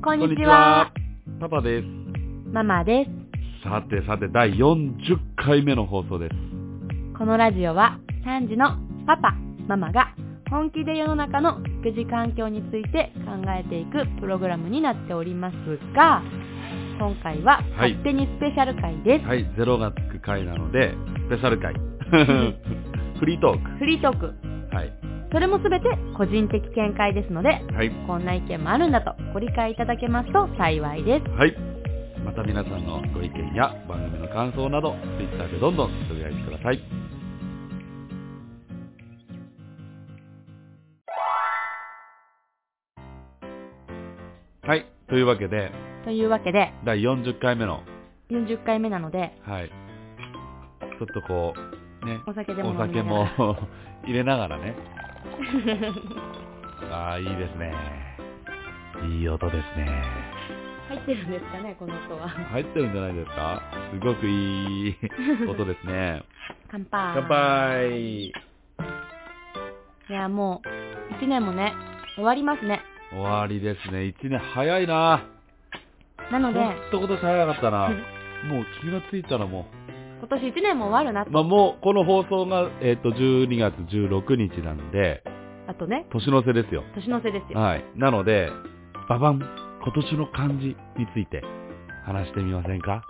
こんにちは。 パパです。 ママです。 さて第40回目の放送です。 このラジオは3児のパパ、ママが本気で世の中の育児環境について考えていくプログラムになっておりますが、今回は勝手にスペシャル回です。 はい、0がつく回なのでスペシャル回フリートーク。はい。 それもすべて個人的見解ですので、 はい、 こんな意見もあるんだとご理解いただけますと幸いです。 はい。また皆さんのご意見や番組の感想など Twitter でどんどんつぶやいてください。はい、というわけで第40回目の 40回目なので、 はい、ちょっとこうね、 お酒も入れながらねああ、いいですね。いい音ですね。 入ってるんですかね、この音は。 入ってるんじゃないですか。すごくいい音ですね。 乾杯。 乾杯。 いや、もう1年もね、終わりますね。 終わりですね。1年早いな。 なので、 ほんと今年早かったな。もう気がついたらもう。 今年1年も終わるなと。 もうこの放送が、12月16日なんで、 あとね、 年の瀬ですよ。はい。なので、ババン、今年の漢字について話してみませんか？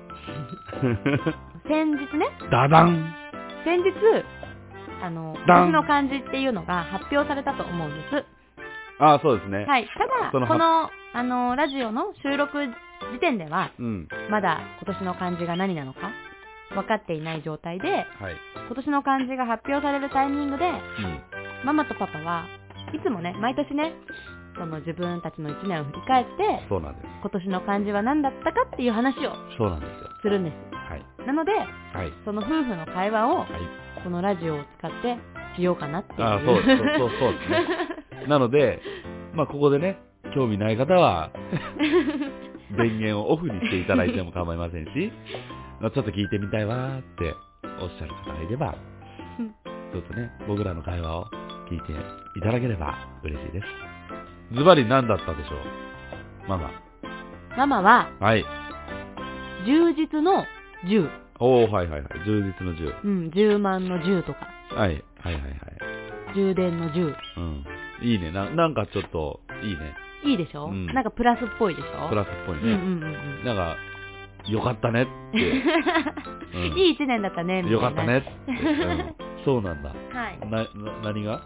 先日ね、 ダダン。 先日、今年の漢字っていうのが発表されたと思うんです。 ああ、そうですね。 はい。ただ、この、ラジオの収録時点では、まだ今年の漢字が何なのか分かっていない状態で、はい、今年の漢字が発表されるタイミングで、ママとパパはいつもね、毎年ね、その自分たちの1年を振り返って、 そうなんです。 今年の漢字は何だったかっていう話をするんです。 はい、 なので、 はい、 その夫婦の会話を、このラジオを使ってしようかなっていう。 ああ、そうですね。なので、まあここでね、興味ない方は電源をオフにしていただいても構いませんし、ちょっと聞いてみたいわーっておっしゃる方がいれば、ちょっとね、僕らの会話を聞いていただければ嬉しいです。ズバリ何だったでしょう、ママ。 ママは、 はい。 充実の10。 おー、はいはいはい。充実の10。 うん、10万の10とか。 はい、はいはいはい。 充電の10。 うん。いいね。なんかちょっと、いいね。 いいでしょ、なんかプラスっぽいでしょ。 プラスっぽいね。なんか、よかったねって。 いい1年だったね、みたいな。 よかったねって。そうなんだ。 はい。 何が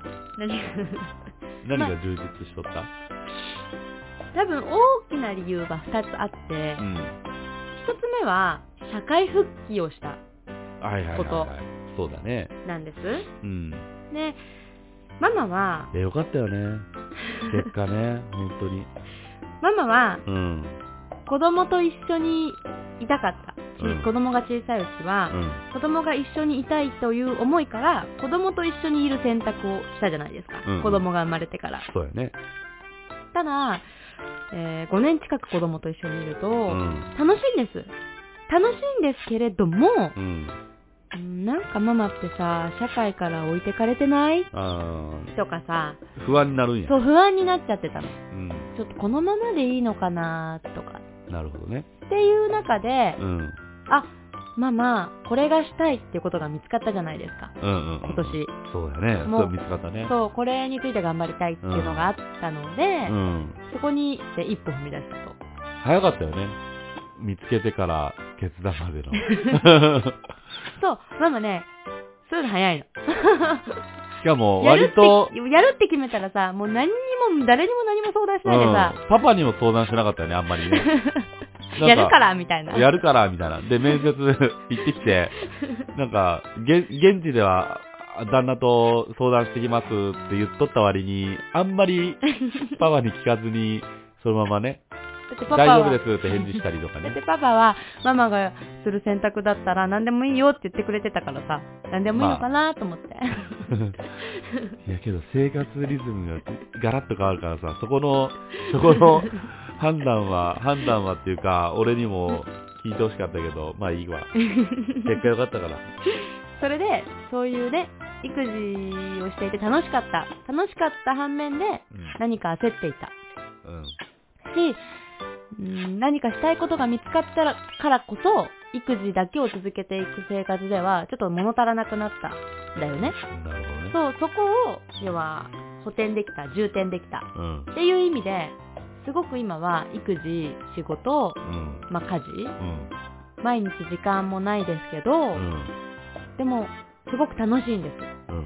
充実しとった？ 多分大きな理由が2つあって、1つ目は社会復帰をしたこと。 そうだね。 なんです。 で、 ママはよかったよね。結果ね、本当に。 ママは、子供と一緒にいたかった。子供が小さいうちは、子供が一緒にいたいという思いから子供と一緒にいる選択をしたじゃないですか、子供が生まれてから。 そうやね。 ただ、5年近く子供と一緒にいると、楽しいんですけれども、なんかママってさ、社会から置いてかれてないとかさ、 不安になるんや。 そう、不安になっちゃってたの。ちょっとこのままでいいのかなとか。 なるほどね。 っていう中で、ママ、これがしたいっていうことが見つかったじゃないですか。今年。 そうだね。そう見つかったね。 そう、これについて頑張りたいっていうのがあったので、そこに一歩踏み出したと。 早かったよね。見つけてから決断までの。 そう、ママね、そういうの早いの。 しかも割とやるって決めたらさ、もう誰にも何も相談しないでさ、 パパにも相談しなかったよね、あんまりね。 やるからみたいな。 で、面接行ってきて、なんか、現地では旦那と相談してきますって言っとった割に、あんまりパパに聞かずに、そのままね、大丈夫ですって返事したりとかね。 だってパパはママがする選択だったら何でもいいよって言ってくれてたからさ、何でもいいのかなと思って。 いやけど生活リズムがガラッと変わるからさ、そこの判断はっていうか、俺にも聞いてほしかったけど、まあいいわ。結果良かったから。 それで、そういうね、育児をしていて楽しかった反面で、何か焦っていた。し、 何かしたいことが見つかったからこそ、育児だけを続けていく生活では、ちょっと物足らなくなったんだよね。 なるほどね。 そう、そこを、要は、補填できた、充填できた、っていう意味で、すごく今は、育児、仕事、まあ家事、毎日時間もないですけど、でも、すごく楽しいんです。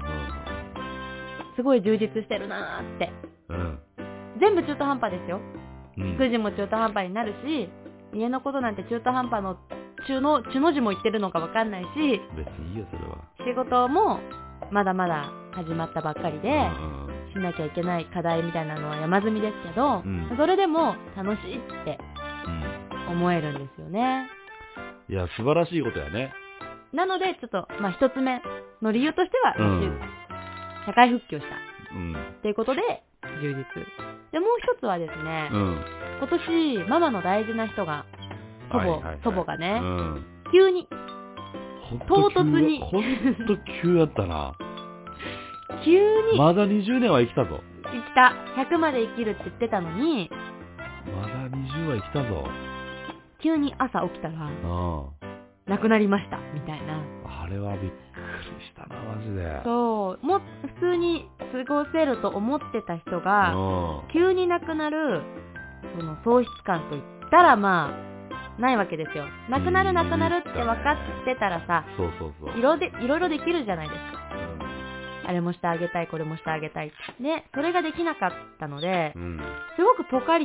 すごい充実してるなーって。全部中途半端ですよ。育児も中途半端になるし、家のことなんて中途半端の中の字も言ってるのかわかんないし、 別にいいよそれは。 仕事もまだまだ始まったばっかりで、しなきゃいけない課題みたいなのは山積みですけど、それでも楽しいって思えるんですよね。 いや素晴らしいことやね。 なのでちょっとまあ一つ目の理由としては、社会復帰をした、っていうことで充実で、もう一つはですね、今年ママの大事な人が祖母がね、急に唐突にほんと急やったな。 急にまだ20年は生きたぞ。 生きた。100まで生きるって言ってたのに、 まだ20は生きたぞ。 急に朝起きたら亡くなりましたみたいな。 あれはびっくりしたなマジで。 そう、もう普通に過ごせると思ってた人が急に亡くなる、その喪失感といったらまあないわけですよ。亡くなるって分かってたらさ、いろいろできるじゃないですか。あれもしてあげたい、これもしてあげたいね。それができなかったので、すごくポカン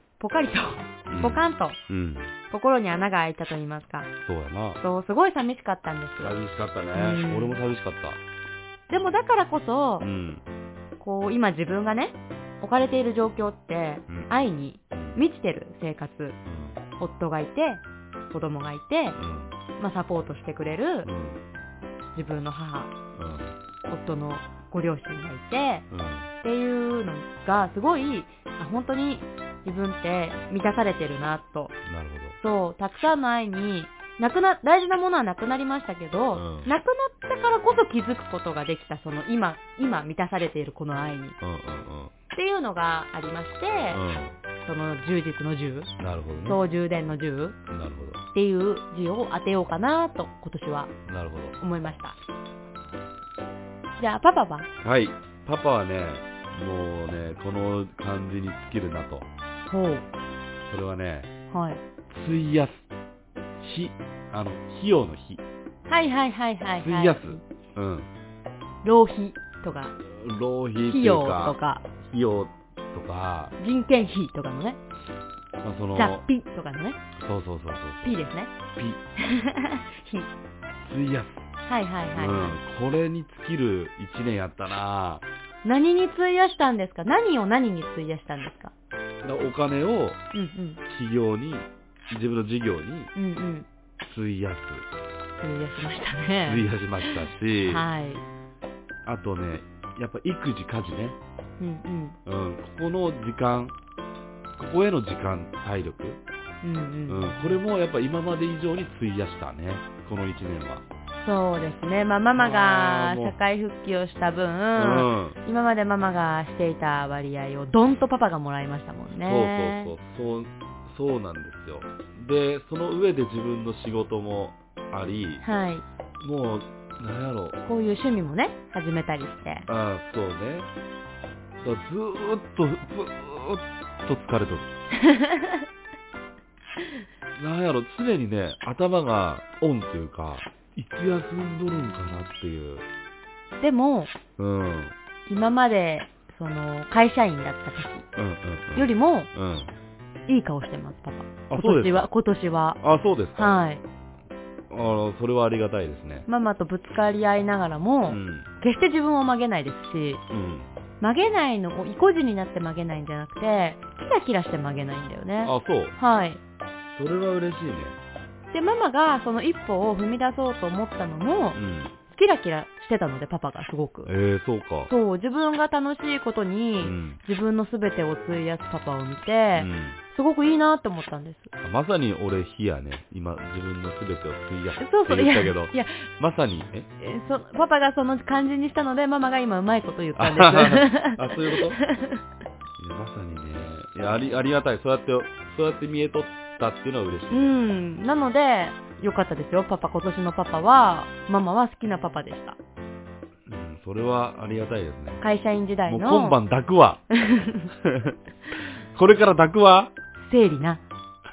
と、心に穴が開いたと言いますか。 そうやな。 そう、すごい寂しかったんですよ。 寂しかったね。俺も寂しかった。 でもだからこそ、こう今自分がね置かれている状況って、愛に満ちてる生活、夫がいて子供がいて、まあ、サポートしてくれる、自分の母、夫のご両親がいて、っていうのがすごい本当に自分って満たされてるなと。 なるほど。 そう、たくさんの愛に大事なものはなくなりましたけど、なくなったからこそ気づくことができた、その今満たされているこの愛に、っていうのがありまして、その充実の充、 なるほどね、 そう充電の充、 なるほどっていう字を当てようかなと今年は思いました。じゃあパパは？ はい、パパはね、もうねこの感じに尽きるなと。 ほう。 それはね、 はい。 費やす。費用の費。 はい。 費やす。 浪費とか。 浪費費用とか。 費用とか。 人件費とかのね。 まあ、その雑費とかのね。 そう。 P ですね。 P。費やす。 はい。 これに尽きる1年やったな。 何に費やしたんですか？何を何に費やしたんですか？ お金を企業に、自分の事業に費やしましたね。 費やしましたし、 はい。 あとね、やっぱ育児家事ね。ここの時間、ここへの時間、体力、これもやっぱ今まで以上に費やしたね、この1年は。 そうですね。まあママが社会復帰をした分、今までママがしていた割合をドンとパパがもらいましたもんね。 そうなんですよ。で、その上で自分の仕事もあり、 はい。 もうなんやろ、 こういう趣味もね始めたりして。 そうね。ずーっと疲れとる。なんやろ、常にね頭がオンというか、いつ休んどるんかなっていう。 でも、今までその会社員だった時よりも、いい顔してますパパ。今年は。 あ、そうですか。 はい。 それはありがたいですね。 ママとぶつかり合いながらも、決して自分を曲げないですし、曲げないの、意固地になって曲げないんじゃなくて、キラキラして曲げないんだよね。 あ、そう。 はい。 それは嬉しいね。 で、ママがその一歩を踏み出そうと思ったのも、キラキラしてたので、パパがすごく。 そうか。 そう、自分が楽しいことに、自分の全てを費やすパパを見て、すごくいいなって思ったんです。 まさに俺、火やね。今、自分の全てを費やすって言ったけど、 いやまさに、 パパがその感じにしたので、ママが今うまいこと言ったんです。 そういうこと？いや、まさにね。いや、ありがたい。そうやってそうやって見えとったっていうのは嬉しい。 なので、よかったですよ。今年のパパは、ママは好きなパパでした。 それはありがたいですね。 会社員時代の。 もう今晩抱くわ。これから抱くわ。 生理な。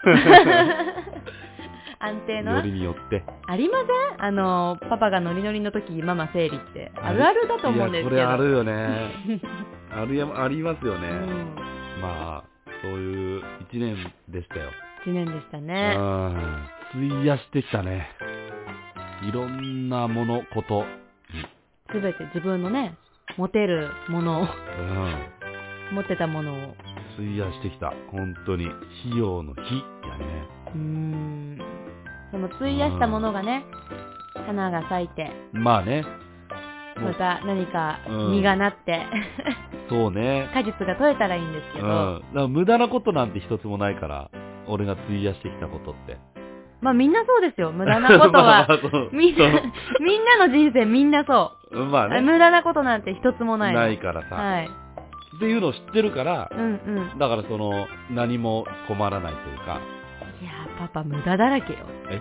安定の。 よりによって。 ありません？パパがノリノリの時、ママ生理って。あるあるだと思うんですけど。 いや、それあるよね。ありますよね。まあ、そういう一年でしたよ。 一年でしたね。 費やしてきたね。いろんなもの、こと。 すべて自分のね、持てるものを、持ってたものを。 費やしてきた。本当に。費用の費やね。 その費やしたものがね、花が咲いて。 まあね。 また何か実がなって。 そうね。 果実が取れたらいいんですけど。 だから無駄なことなんて一つもないから、俺が費やしてきたことって。 まあみんなそうですよ。無駄なことは。みんなの人生みんなそう。まあね。無駄なことなんて一つもない。 ないからさ。はい。っていうのを知ってるから、だから何も困らないというか。 いやー、パパ無駄だらけよ。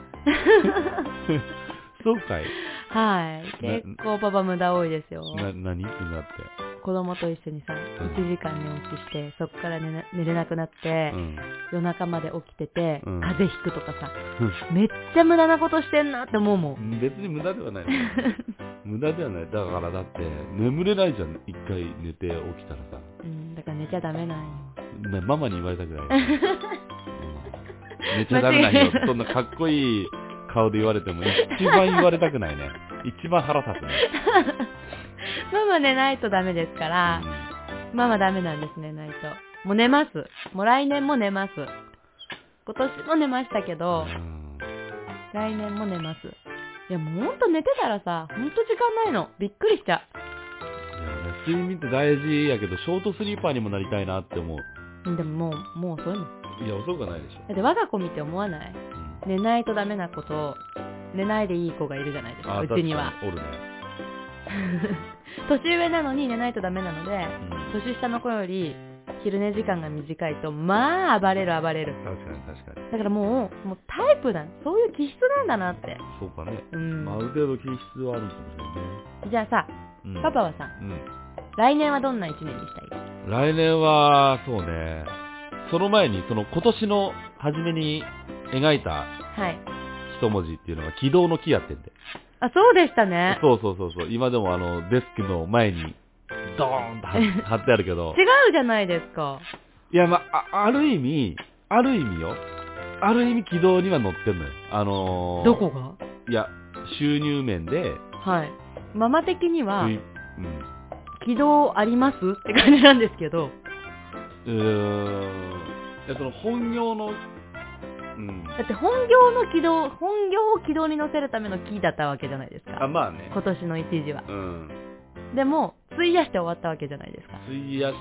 そうかい。 はい。結構パパ無駄多いですよ。 何ってなって。 子供と一緒にさ、1時間寝落ちして、そっから寝れなくなって、夜中まで起きてて、風邪ひくとかさ、めっちゃ無駄なことしてんなって思うもん。 別に無駄ではない。無駄ではない。だからだって、眠れないじゃん、一回寝て起きたらさ。 だから寝ちゃダメなんよ。 ママに言われたくない。寝ちゃダメなんよ。そんなかっこいい顔で言われても、一番言われたくないね。一番腹立つね。 ママ寝ないとダメですから、ママダメなんです、寝ないと。もう寝ます。もう来年も寝ます。今年も寝ましたけど、来年も寝ます。いやもうほんと寝てたらさ、ほんと時間ないの。びっくりしちゃう。いやね、睡眠って大事やけど、ショートスリーパーにもなりたいなって思う。 でももうそういうの。 いや、遅くはないでしょ。 だって我が子見て思わない？寝ないとダメな子と、寝ないでいい子がいるじゃないですか、うちには。 おるね。 年上なのに寝ないとダメなので、年下の子より昼寝時間が短いと、まあ暴れる。確かに。だからもうタイプだ。そういう気質なんだなって。 そうかね。ある程度気質はあるかもしれないね。 じゃあさ、パパはさ、来年はどんな一年にしたい？ 来年は、そうね。その前に、今年の初めに描いた一文字っていうのが軌道の木やってんで。 あ、そうでしたね。 そう。今でもデスクの前にドーンと貼ってあるけど。 違うじゃないですか。 いや、ある意味よ。ある意味軌道には乗ってんのよ。 どこが？ いや、収入面で。 はい。ママ的には、軌道ありますって感じなんですけど。 いや、本業の、 だって本業を軌道に乗せるための木だったわけじゃないですか。 まあね。 今年の一時は。でも、費やして終わったわけじゃないですか。 費やして、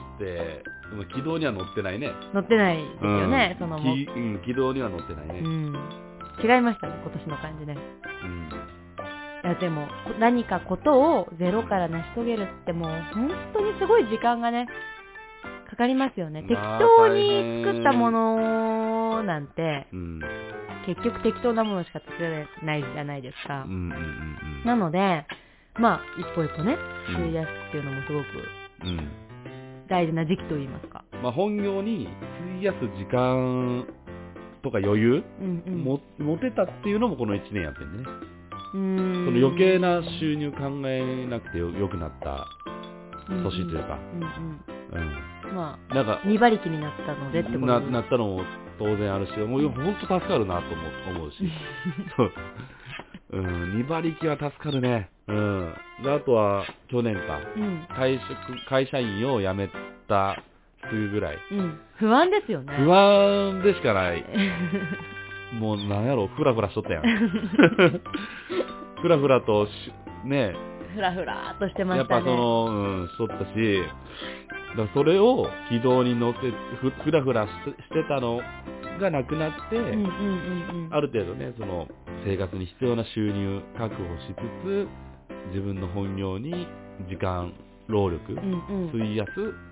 軌道には乗ってないね。 乗ってないですよね、 軌道には乗ってないね。 違いましたね、今年の感じね。いや、でも、何かことをゼロから成し遂げるってもう、本当にすごい時間がね、かかりますよね。適当に作ったものなんて、結局適当なものしか作れないじゃないですか。なので、一歩一歩ね、費やすっていうのもすごく、大事な時期と言いますか。 本業に費やす時間とか余裕、持てたっていうのもこの1年やってんね。その余計な収入考えなくてよくなった年というか。 なんか2馬力になったのでってことなったのも当然あるし、もう本当助かるなと思うし。そう。2馬力は助かるね。で、あとは去年か、会社員を辞めたすぐぐらい。 不安ですよね。 不安でしかない。もうなんやろ、フラフラしとったやん。フラフラとね。 フラフラとしてましたね。 やっぱしとったし、それを軌道に乗せ、フラフラしてたのがなくなって、ある程度ね、生活に必要な収入確保しつつ、自分の本業に時間、労力、費やす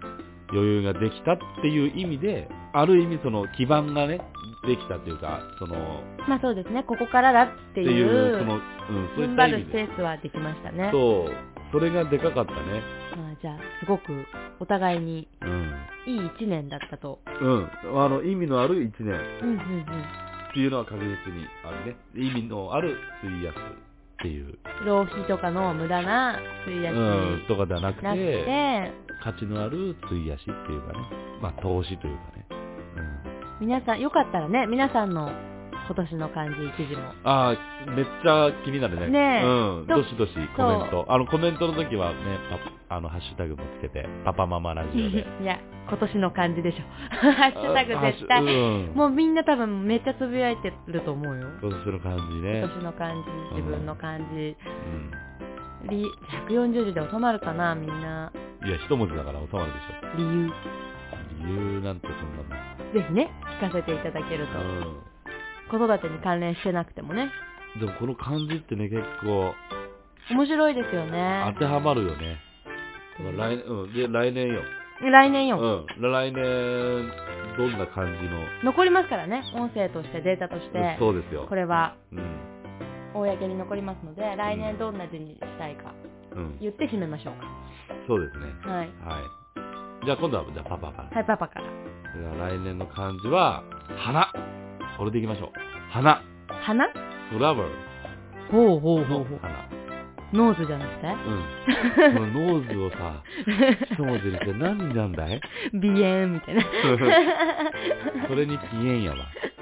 余裕ができたっていう意味で、ある意味その基盤がね、できたっていうか、その、 まあそうですね、ここからだっていう、 その、そうい踏ん張った意味で。 るスペースはできましたね。 そう、それがでかかったね。 じゃあ、すごくお互いにいい一年だったと。 意味のある一年。 うんうんうん。 っていうのは確実にあるね。意味のある費やすっていう。 浪費とかの無駄な費やし、 とかではなくて、価値のある費やしっていうかね。まあ投資というかね。 皆さん、よかったらね、皆さんの今年の漢字一字も。 めっちゃ気になるね。 ねえ。 どしどしコメント。コメントの時はね、ハッシュタグもつけて、パパママラジオで。 いや、今年の漢字でしょ。ハッシュタグ絶対。もうみんな多分めっちゃつぶやいてると思うよ。 今年の漢字ね。 今年の漢字、自分の漢字。140字で収まるかな、みんな。 いや、一文字だから収まるでしょ。 理由なんてそんなの。ぜひね、聞かせていただけると。子育てに関連してなくてもね。 でもこの漢字ってね、結構面白いですよね。 当てはまるよね。来年よ。 来年よ。 来年どんな感じの残りますからね。音声としてデータとして。 そうですよ。 これは公に残りますので、来年どんな字にしたいか言って締めましょうか。 そうですね。 はい。 じゃあ今度はパパから。 はい、パパから。 じゃあ来年の漢字は花。これでいきましょう。花。 花？ フラワー。 ほう。花。ノーズじゃなくて？ このノーズをさ、一文字にして何になんだい？ 鼻炎みたいな。 それに鼻炎やわ。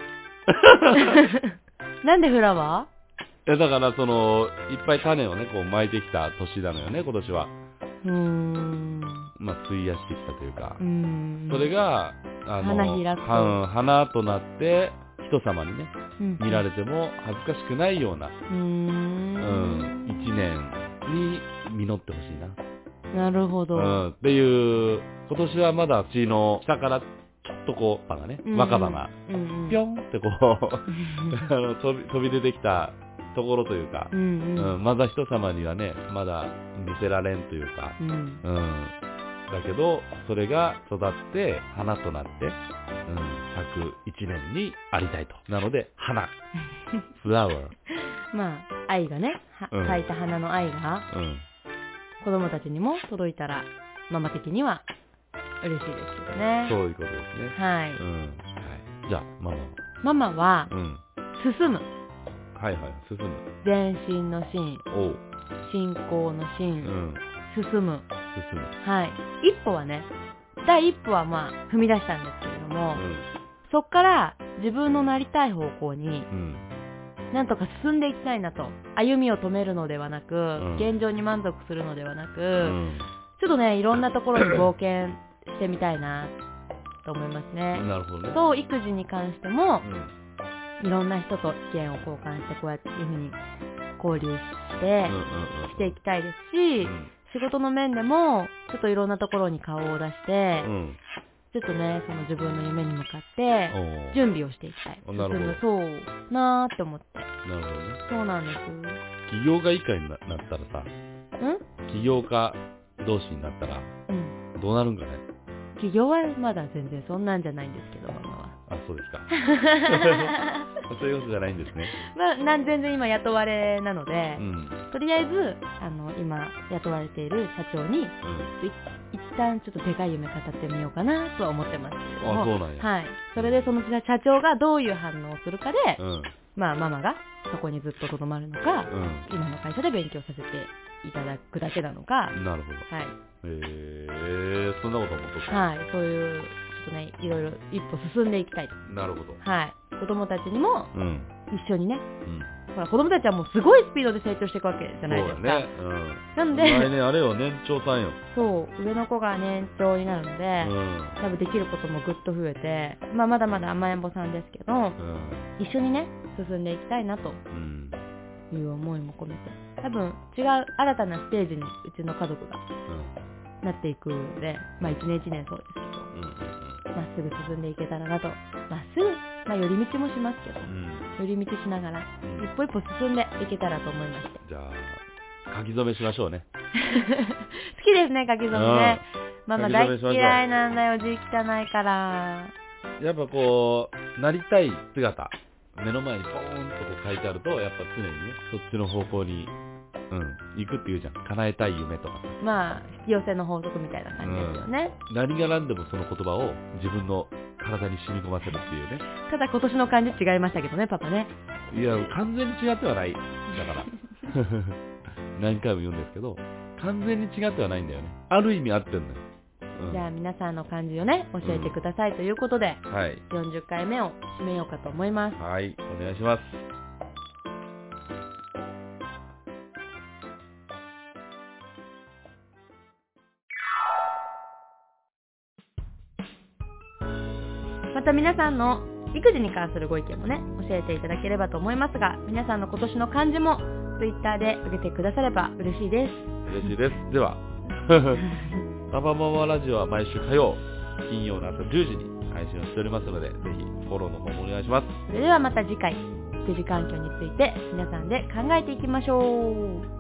なんでフラワー？だからいっぱい種をね、こう巻いてきた年なのよね、今年は。まあ、費やしてきたというか。それが、 花開く。 花となって、人様にね、見られても恥ずかしくないような、一年に実ってほしいな。なるほど。 っていう、今年はまだ地の下からちょっとこう、若葉が、ぴょんってこう、飛び出てきたところというか、まだ人様にはね、まだ見せられんというか、だけど、それが育って花となって、咲く一年にありたいと。なので、花。フラワー。 まあ、愛がね、咲いた花の愛が、子供たちにも届いたら、ママ的には嬉しいですけどね。 そういうことですね。 はい。 じゃあ、ママは？ ママは、進む。 はい、進む。 前進の進。進行の進。進む。はい。一歩はね、第一歩はまあ、踏み出したんですけれども、そっから自分のなりたい方向に、なんとか進んでいきたいなと。歩みを止めるのではなく、現状に満足するのではなく、ちょっとね、いろんなところに冒険してみたいな、と思いますね。 なるほどね。 と、育児に関しても、いろんな人と意見を交換して、こうやっていうふうに交流していきたいですし、仕事の面でも、ちょっといろんなところに顔を出して、ちょっとね、その自分の夢に向かって、準備をしていきたい。 なるほど。 そうなーって思って。 なるほどね。 そうなんです。 起業家以下になったらさ、起業家同士になったら、どうなるんかね。 起業はまだ全然そんなんじゃないんですけど、ママは。 あ、そうですか。そういうことじゃないんですね。 まあ、全然今雇われなので、とりあえず、今雇われている社長に、一旦ちょっとでかい夢語ってみようかなとは思ってますけども。 あ、そうなんや。 はい。それでその社長がどういう反応をするかで、まあママがそこにずっと留まるのか、今の会社で勉強させていただくだけなのか。 なるほど。 はい。 そんなこと思っとった。 はい。そういう、ちょっとね、いろいろ一歩進んでいきたいと。 なるほど。 はい。子供たちにも、一緒にね、ほら、子供たちはもうすごいスピードで成長していくわけじゃないですか。 そうだね。 なんで、 来年あれよ、年長さんよ。 そう、上の子が年長になるので、多分できることもぐっと増えて、まあまだまだ甘えん坊さんですけど、一緒にね、進んでいきたいなという思いも込めて、多分違う新たなステージにうちの家族がなっていくので、まあ一年一年そうですけど、まっすぐ進んでいけたらなと、まっすぐ、まあ寄り道もしますけど、寄り道しながら、一歩一歩進んでいけたらと思いまして。 じゃあ、書き初めしましょうね。 好きですね、書き初めね。 ママ大嫌いなんだよ、字汚いから。 やっぱこう、なりたい姿、目の前にポーンとこう書いてあると、やっぱ常にね、そっちの方向に、行くっていうじゃん。叶えたい夢とか。 まあ、引き寄せの法則みたいな感じですよね。 何が何でもその言葉を自分の体に染み込ませるっていうね。 ただ今年の漢字違いましたけどね、パパね。 いや、完全に違ってはない。だから。何回も言うんですけど、完全に違ってはないんだよね。ある意味合ってんだよ。 じゃあ皆さんの漢字をね、教えてくださいということで、 はい、 40回目を締めようかと思います。 はい、お願いします。 また皆さんの育児に関するご意見もね、教えていただければと思いますが、皆さんの今年の漢字も Twitter で上げてくだされば嬉しいです。 嬉しいです。ではパパママラジオは毎週火曜、金曜の朝10時に配信をしておりますので、ぜひフォローの方もお願いします。 それではまた次回、育児環境について皆さんで考えていきましょう。